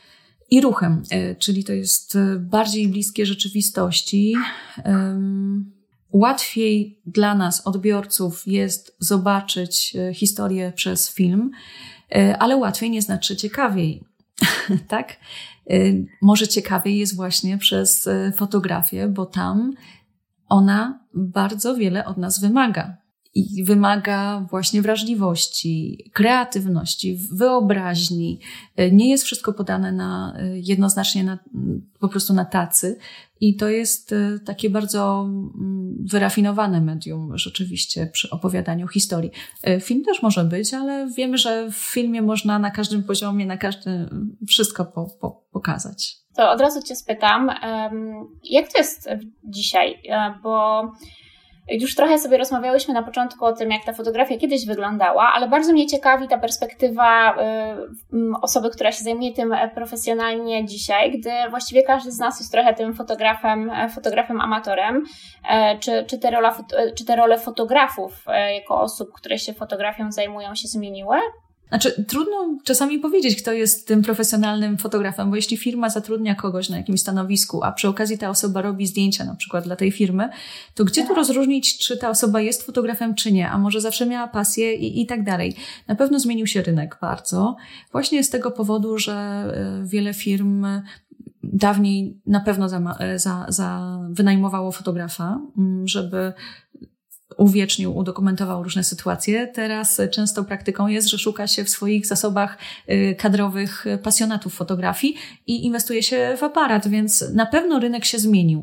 i ruchem, y, czyli to jest bardziej bliskie rzeczywistości. Ym, łatwiej dla nas, odbiorców, jest zobaczyć y, historię przez film, y, ale łatwiej nie znaczy ciekawiej. Tak? Może ciekawiej jest właśnie przez fotografię, bo tam ona bardzo wiele od nas wymaga. I wymaga właśnie wrażliwości, kreatywności, wyobraźni. Nie jest wszystko podane na, jednoznacznie na, po prostu na tacy. I to jest takie bardzo wyrafinowane medium rzeczywiście przy opowiadaniu historii. Film też może być, ale wiemy, że w filmie można na każdym poziomie, na każdym wszystko po, po, pokazać. To od razu cię spytam, jak to jest dzisiaj? Bo już trochę sobie rozmawiałyśmy na początku o tym, jak ta fotografia kiedyś wyglądała, ale bardzo mnie ciekawi ta perspektywa osoby, która się zajmuje tym profesjonalnie dzisiaj, gdy właściwie każdy z nas jest trochę tym fotografem, fotografem amatorem. Czy, czy, te rola, czy te role fotografów jako osób, które się fotografią zajmują, się zmieniły? Znaczy, trudno czasami powiedzieć, kto jest tym profesjonalnym fotografem, bo jeśli firma zatrudnia kogoś na jakimś stanowisku, a przy okazji ta osoba robi zdjęcia na przykład dla tej firmy, to gdzie tu rozróżnić, czy ta osoba jest fotografem, czy nie, a może zawsze miała pasję i, i tak dalej. Na pewno zmienił się rynek bardzo, właśnie z tego powodu, że wiele firm dawniej na pewno za, za, za wynajmowało fotografa, żeby uwiecznił, udokumentował różne sytuacje. Teraz często praktyką jest, że szuka się w swoich zasobach kadrowych pasjonatów fotografii i inwestuje się w aparat, więc na pewno rynek się zmienił.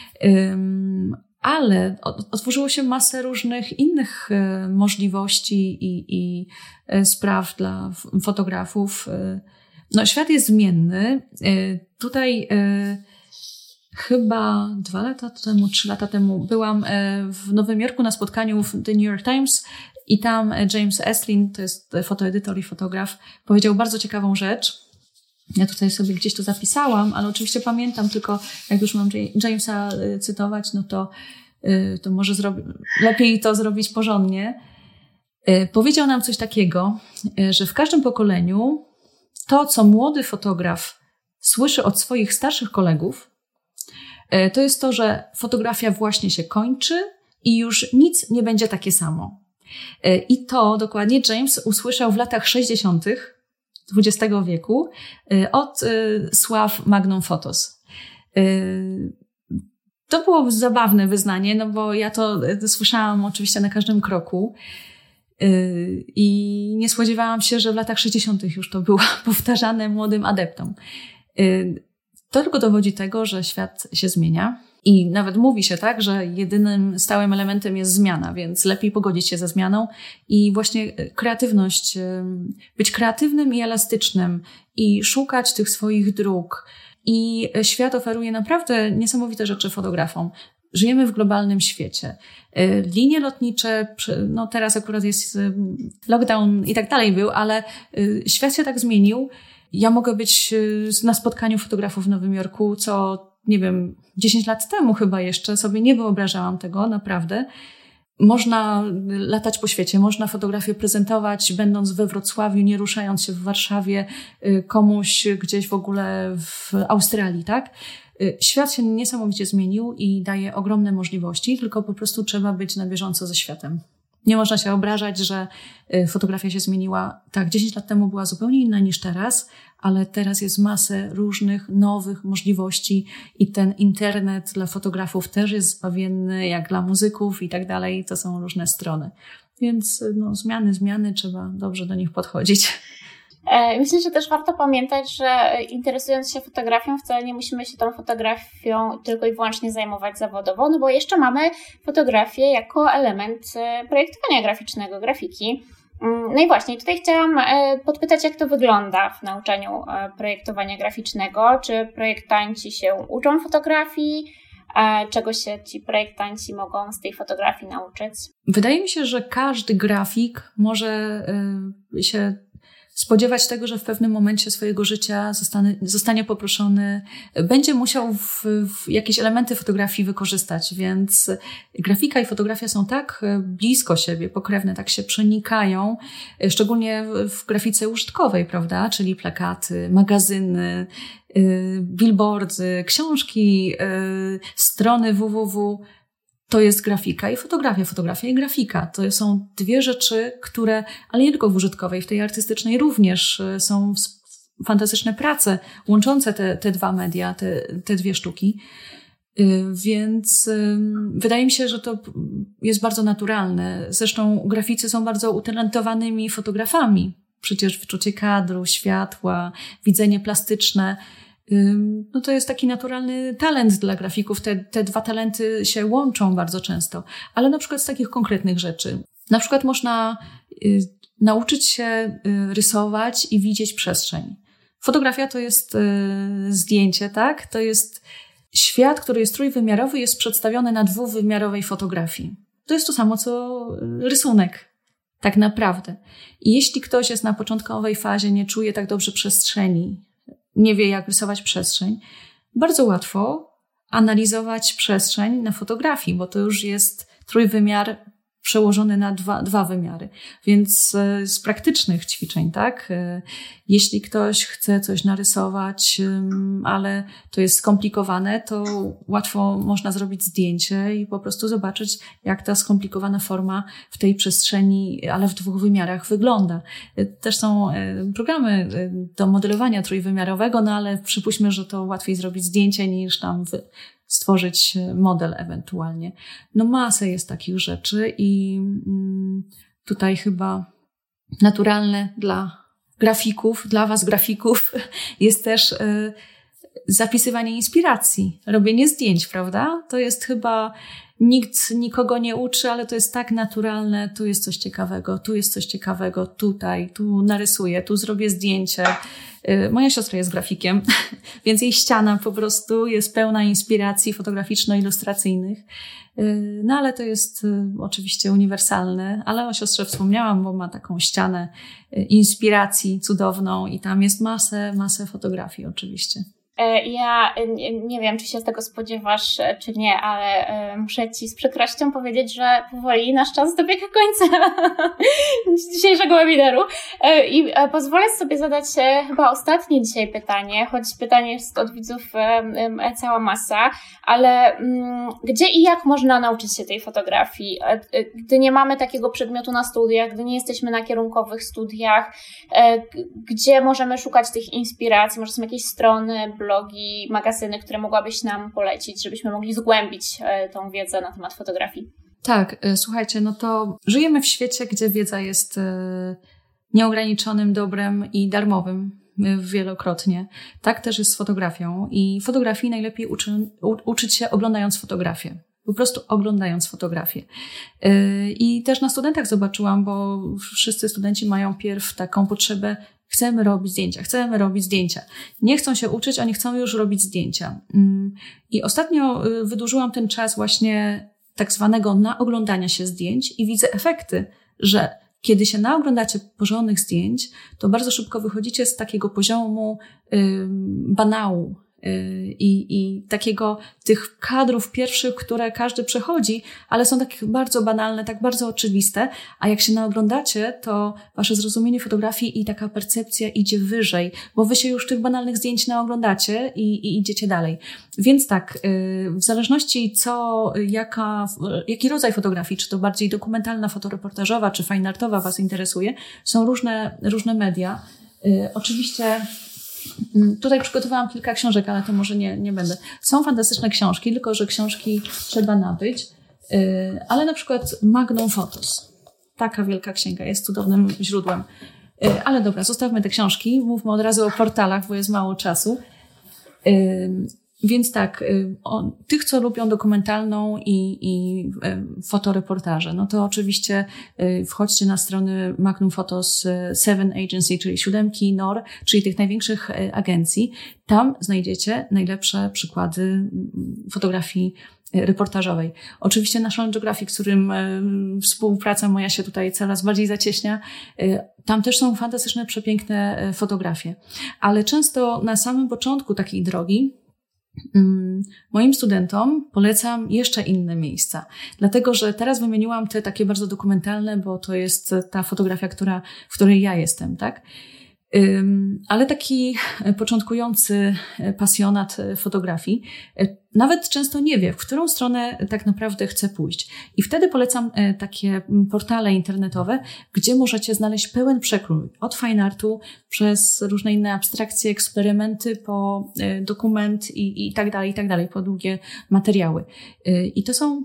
Ale otworzyło się masę różnych innych możliwości i, i spraw dla fotografów. No, świat jest zmienny. Tutaj chyba dwa lata temu, trzy lata temu byłam w Nowym Jorku na spotkaniu w The New York Times i tam James Eslin, to jest fotoedytor i fotograf, powiedział bardzo ciekawą rzecz. Ja tutaj sobie gdzieś to zapisałam, ale oczywiście pamiętam, tylko jak już mam Jamesa cytować, no to, to może zrobi- lepiej to zrobić porządnie. Powiedział nam coś takiego, że w każdym pokoleniu to, co młody fotograf słyszy od swoich starszych kolegów, to jest to, że fotografia właśnie się kończy i już nic nie będzie takie samo. I to dokładnie James usłyszał w latach sześćdziesiątych dwudziestego wieku od Sław Magnum Photos. to było zabawne wyznanie, no bo ja to słyszałam oczywiście na każdym kroku yy, i nie spodziewałam się, że w latach sześćdziesiątych już to było powtarzane młodym adeptom. Yy, to tylko dowodzi tego, że świat się zmienia i nawet mówi się tak, że jedynym stałym elementem jest zmiana, więc lepiej pogodzić się ze zmianą i właśnie kreatywność, yy, być kreatywnym i elastycznym i szukać tych swoich dróg. I świat oferuje naprawdę niesamowite rzeczy fotografom. Żyjemy w globalnym świecie. Linie lotnicze, no teraz akurat jest lockdown i tak dalej był, ale świat się tak zmienił. Ja mogę być na spotkaniu fotografów w Nowym Jorku, co nie wiem, dziesięć lat temu chyba jeszcze sobie nie wyobrażałam tego, naprawdę. Można latać po świecie, można fotografię prezentować, będąc we Wrocławiu, nie ruszając się w Warszawie, komuś gdzieś w ogóle w Australii, tak? Świat się niesamowicie zmienił i daje ogromne możliwości, tylko po prostu trzeba być na bieżąco ze światem. Nie można się obrażać, że fotografia się zmieniła. Tak, dziesięć lat temu była zupełnie inna niż teraz, ale teraz jest masę różnych nowych możliwości i ten internet dla fotografów też jest zbawienny, jak dla muzyków i tak dalej. To są różne strony. Więc no, zmiany, zmiany, trzeba dobrze do nich podchodzić. Myślę, że też warto pamiętać, że interesując się fotografią, wcale nie musimy się tą fotografią tylko i wyłącznie zajmować zawodowo, no bo jeszcze mamy fotografię jako element projektowania graficznego, grafiki. No i właśnie, tutaj chciałam podpytać, jak to wygląda w nauczaniu projektowania graficznego. Czy projektanci się uczą fotografii? Czego się ci projektanci mogą z tej fotografii nauczyć? Wydaje mi się, że każdy grafik może się spodziewać tego, że w pewnym momencie swojego życia zostanie, zostanie poproszony, będzie musiał w, w jakieś elementy fotografii wykorzystać, więc grafika i fotografia są tak blisko siebie, pokrewne, tak się przenikają, szczególnie w grafice użytkowej, prawda, czyli plakaty, magazyny, billboardy, książki, strony www. To jest grafika i fotografia, fotografia i grafika. To są dwie rzeczy, które, ale nie tylko w użytkowej, w tej artystycznej również są fantastyczne prace łączące te, te dwa media, te, te dwie sztuki. Więc wydaje mi się, że to jest bardzo naturalne. Zresztą graficy są bardzo utalentowanymi fotografami. Przecież wyczucie kadru, światła, widzenie plastyczne. No to jest taki naturalny talent dla grafików. Te, te dwa talenty się łączą bardzo często. Ale na przykład z takich konkretnych rzeczy. Na przykład można y, nauczyć się y, rysować i widzieć przestrzeń. Fotografia to jest y, zdjęcie, tak? To jest świat, który jest trójwymiarowy, jest przedstawiony na dwuwymiarowej fotografii. To jest to samo, co rysunek. Tak naprawdę. I jeśli ktoś jest na początkowej fazie, nie czuje tak dobrze przestrzeni, nie wie, jak rysować przestrzeń, bardzo łatwo analizować przestrzeń na fotografii, bo to już jest trójwymiar przełożony na dwa, dwa wymiary. Więc z praktycznych ćwiczeń, tak? Jeśli ktoś chce coś narysować, ale to jest skomplikowane, to łatwo można zrobić zdjęcie i po prostu zobaczyć, jak ta skomplikowana forma w tej przestrzeni, ale w dwóch wymiarach wygląda. Też są programy do modelowania trójwymiarowego, no ale przypuśćmy, że to łatwiej zrobić zdjęcie niż tam stworzyć model ewentualnie. No masę jest takich rzeczy i tutaj chyba naturalne dla grafików, dla was grafików jest też zapisywanie inspiracji, robienie zdjęć, prawda? To jest chyba, nikt nikogo nie uczy, ale to jest tak naturalne, tu jest coś ciekawego, tu jest coś ciekawego, tutaj, tu narysuję, tu zrobię zdjęcie. Moja siostra jest grafikiem, więc jej ściana po prostu jest pełna inspiracji fotograficzno-ilustracyjnych. No ale to jest oczywiście uniwersalne, ale o siostrze wspomniałam, bo ma taką ścianę inspiracji cudowną i tam jest masę, masę fotografii oczywiście. Ja nie wiem, czy się tego spodziewasz, czy nie, ale muszę ci z przykrością powiedzieć, że powoli nasz czas dobiega końca dzisiejszego webinaru i pozwolę sobie zadać chyba ostatnie dzisiaj pytanie, choć pytanie jest od widzów cała masa, ale gdzie i jak można nauczyć się tej fotografii, gdy nie mamy takiego przedmiotu na studiach, gdy nie jesteśmy na kierunkowych studiach, gdzie możemy szukać tych inspiracji, może są jakieś strony, blogi, magazyny, które mogłabyś nam polecić, żebyśmy mogli zgłębić tą wiedzę na temat fotografii? Tak, słuchajcie, no to żyjemy w świecie, gdzie wiedza jest nieograniczonym dobrem i darmowym wielokrotnie. Tak też jest z fotografią i fotografii najlepiej uczy, u, uczyć się oglądając fotografię. Po prostu oglądając fotografię. I też na studentach zobaczyłam, bo wszyscy studenci mają pierw taką potrzebę, chcemy robić zdjęcia, chcemy robić zdjęcia. Nie chcą się uczyć, oni chcą już robić zdjęcia. I ostatnio wydłużyłam ten czas właśnie tak zwanego naoglądania się zdjęć i widzę efekty, że kiedy się naoglądacie porządnych zdjęć, to bardzo szybko wychodzicie z takiego poziomu yy, banału yy, i takiego tych kadrów pierwszych, które każdy przechodzi, ale są tak bardzo banalne, tak bardzo oczywiste, a jak się naoglądacie, to wasze zrozumienie fotografii i taka percepcja idzie wyżej, bo wy się już tych banalnych zdjęć naoglądacie i, i idziecie dalej. Więc tak, w zależności co, jaka, jaki rodzaj fotografii, czy to bardziej dokumentalna, fotoreportażowa, czy fine artowa was interesuje, są różne, różne media. Oczywiście tutaj przygotowałam kilka książek, ale to może nie, nie będę. Są fantastyczne książki, tylko że książki trzeba nabyć, ale na przykład Magnum Photos. Taka wielka księga jest cudownym źródłem. Ale dobra, zostawmy te książki, mówmy od razu o portalach, bo jest mało czasu. Więc tak, o, tych, co lubią dokumentalną i, i fotoreportaże, no to oczywiście wchodźcie na strony Magnum Photos Seven Agency, czyli siódemki N O R, czyli tych największych agencji. Tam znajdziecie najlepsze przykłady fotografii reportażowej. Oczywiście National Geographic, z którym współpraca moja się tutaj coraz bardziej zacieśnia, tam też są fantastyczne, przepiękne fotografie. Ale często na samym początku takiej drogi moim studentom polecam jeszcze inne miejsca. Dlatego, że teraz wymieniłam te takie bardzo dokumentalne, bo to jest ta fotografia, która, w której ja jestem, tak? Ale taki początkujący pasjonat fotografii nawet często nie wie, w którą stronę tak naprawdę chce pójść. I wtedy polecam takie portale internetowe, gdzie możecie znaleźć pełen przekrój. Od fine artu, przez różne inne abstrakcje, eksperymenty, po dokument i, i tak dalej, i tak dalej, po długie materiały. I to są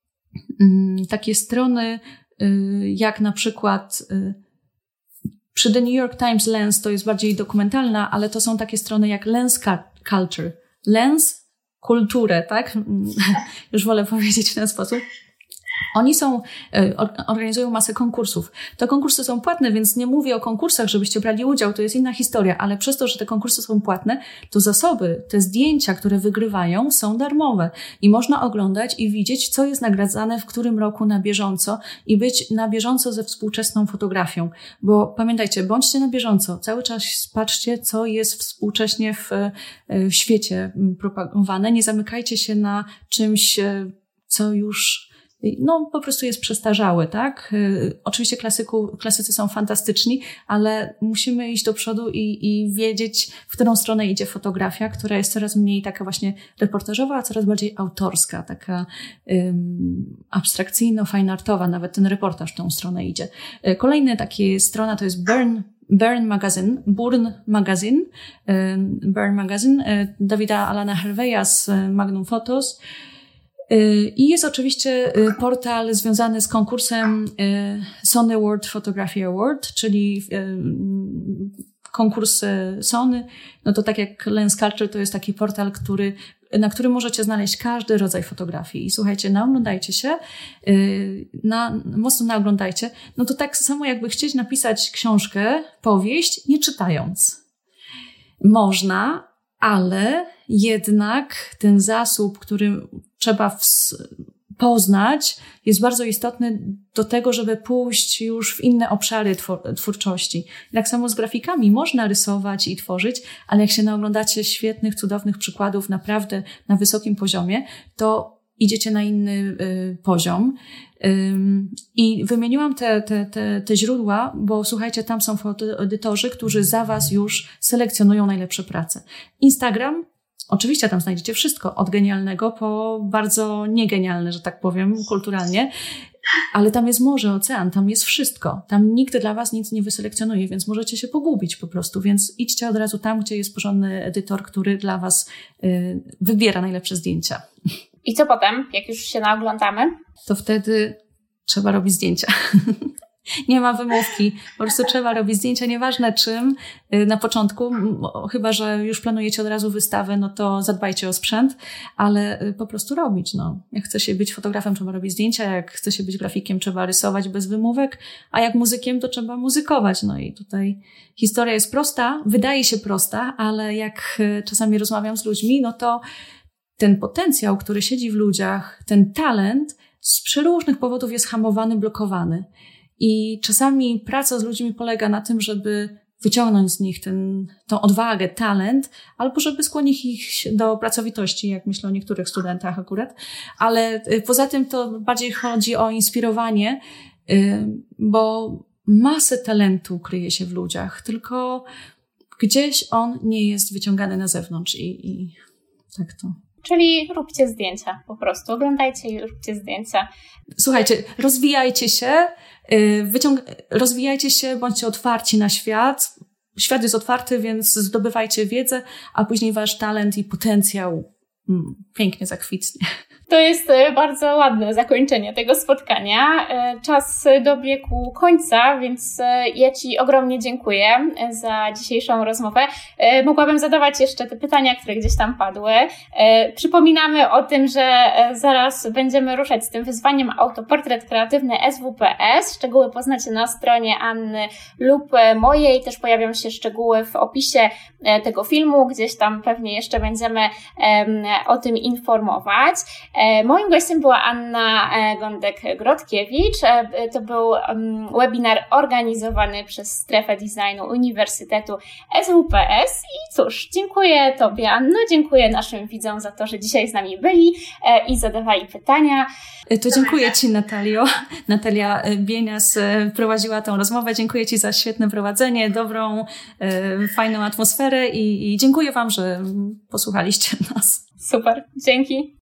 takie strony, jak na przykład przy The New York Times Lens to jest bardziej dokumentalna, ale to są takie strony jak Lens Culture. Lens, kulturę, tak? Już wolę powiedzieć w ten sposób. Oni są, organizują masę konkursów. Te konkursy są płatne, więc nie mówię o konkursach, żebyście brali udział, to jest inna historia, ale przez to, że te konkursy są płatne, to zasoby, te zdjęcia, które wygrywają, są darmowe i można oglądać i widzieć, co jest nagradzane w którym roku na bieżąco i być na bieżąco ze współczesną fotografią. Bo pamiętajcie, bądźcie na bieżąco, cały czas patrzcie, co jest współcześnie w, w świecie propagowane, nie zamykajcie się na czymś, co już no po prostu jest przestarzałe, tak? Oczywiście klasyku, klasycy są fantastyczni, ale musimy iść do przodu i, i wiedzieć, w którą stronę idzie fotografia, która jest coraz mniej taka właśnie reportażowa, a coraz bardziej autorska, taka um, abstrakcyjno-fine-artowa, nawet ten reportaż w tą stronę idzie. Kolejna taka strona to jest Burn Burn Magazine, Burn Magazine, Burn Magazine Davida Alana Herveya z Magnum Photos. I jest oczywiście portal związany z konkursem Sony World Photography Award, czyli konkurs Sony. No to tak jak Lens Culture to jest taki portal, który, na którym możecie znaleźć każdy rodzaj fotografii. I słuchajcie, naoglądajcie się, na, mocno naoglądajcie. No to tak samo jakby chcieć napisać książkę, powieść, nie czytając. Można, ale jednak ten zasób, który trzeba w, poznać, jest bardzo istotny do tego, żeby pójść już w inne obszary twor- twórczości. Tak samo z grafikami. Można rysować i tworzyć, ale jak się naoglądacie świetnych, cudownych przykładów naprawdę na wysokim poziomie, to idziecie na inny y, poziom. Ym, I wymieniłam te, te, te, te źródła, bo słuchajcie, tam są fotoedytorzy, którzy za was już selekcjonują najlepsze prace. Instagram Oczywiście tam znajdziecie wszystko, od genialnego po bardzo niegenialne, że tak powiem, kulturalnie, ale tam jest morze, ocean, tam jest wszystko. Tam nikt dla was nic nie wyselekcjonuje, więc możecie się pogubić po prostu, więc idźcie od razu tam, gdzie jest porządny edytor, który dla was y, wybiera najlepsze zdjęcia. I co potem, jak już się naoglądamy? To wtedy trzeba robić zdjęcia. Nie ma wymówki, po prostu trzeba robić zdjęcia, nieważne czym na początku, chyba że już planujecie od razu wystawę, no to zadbajcie o sprzęt, ale po prostu robić. No. Jak chce się być fotografem, trzeba robić zdjęcia, jak chce się być grafikiem, trzeba rysować bez wymówek, a jak muzykiem, to trzeba muzykować. No i tutaj historia jest prosta, wydaje się prosta, ale jak czasami rozmawiam z ludźmi, no to ten potencjał, który siedzi w ludziach, ten talent z przeróżnych powodów jest hamowany, blokowany. I czasami praca z ludźmi polega na tym, żeby wyciągnąć z nich ten, tą odwagę, talent, albo żeby skłonić ich do pracowitości, jak myślę o niektórych studentach akurat. Ale poza tym to bardziej chodzi o inspirowanie, bo masę talentu kryje się w ludziach, tylko gdzieś on nie jest wyciągany na zewnątrz i, i tak to. Czyli róbcie zdjęcia po prostu, oglądajcie i róbcie zdjęcia. Słuchajcie, rozwijajcie się, wyciąg- rozwijajcie się, bądźcie otwarci na świat. Świat jest otwarty, więc zdobywajcie wiedzę, a później wasz talent i potencjał mm, pięknie zakwitnie. To jest bardzo ładne zakończenie tego spotkania. Czas dobiegł końca, więc ja Ci ogromnie dziękuję za dzisiejszą rozmowę. Mogłabym zadawać jeszcze te pytania, które gdzieś tam padły. Przypominamy o tym, że zaraz będziemy ruszać z tym wyzwaniem Autoportret Kreatywny S W P S. Szczegóły poznacie na stronie Anny lub mojej. Też pojawią się szczegóły w opisie tego filmu. Gdzieś tam pewnie jeszcze będziemy o tym informować. Moim gościem była Anna Gądek-Grodkiewicz. To był webinar organizowany przez Strefę Designu Uniwersytetu S W P S. I cóż, dziękuję Tobie, Anno, dziękuję naszym widzom za to, że dzisiaj z nami byli i zadawali pytania. To dziękuję Ci, Natalio. Natalia Bienias prowadziła tę rozmowę. Dziękuję Ci za świetne prowadzenie, dobrą, fajną atmosferę i, i dziękuję Wam, że posłuchaliście nas. Super, dzięki.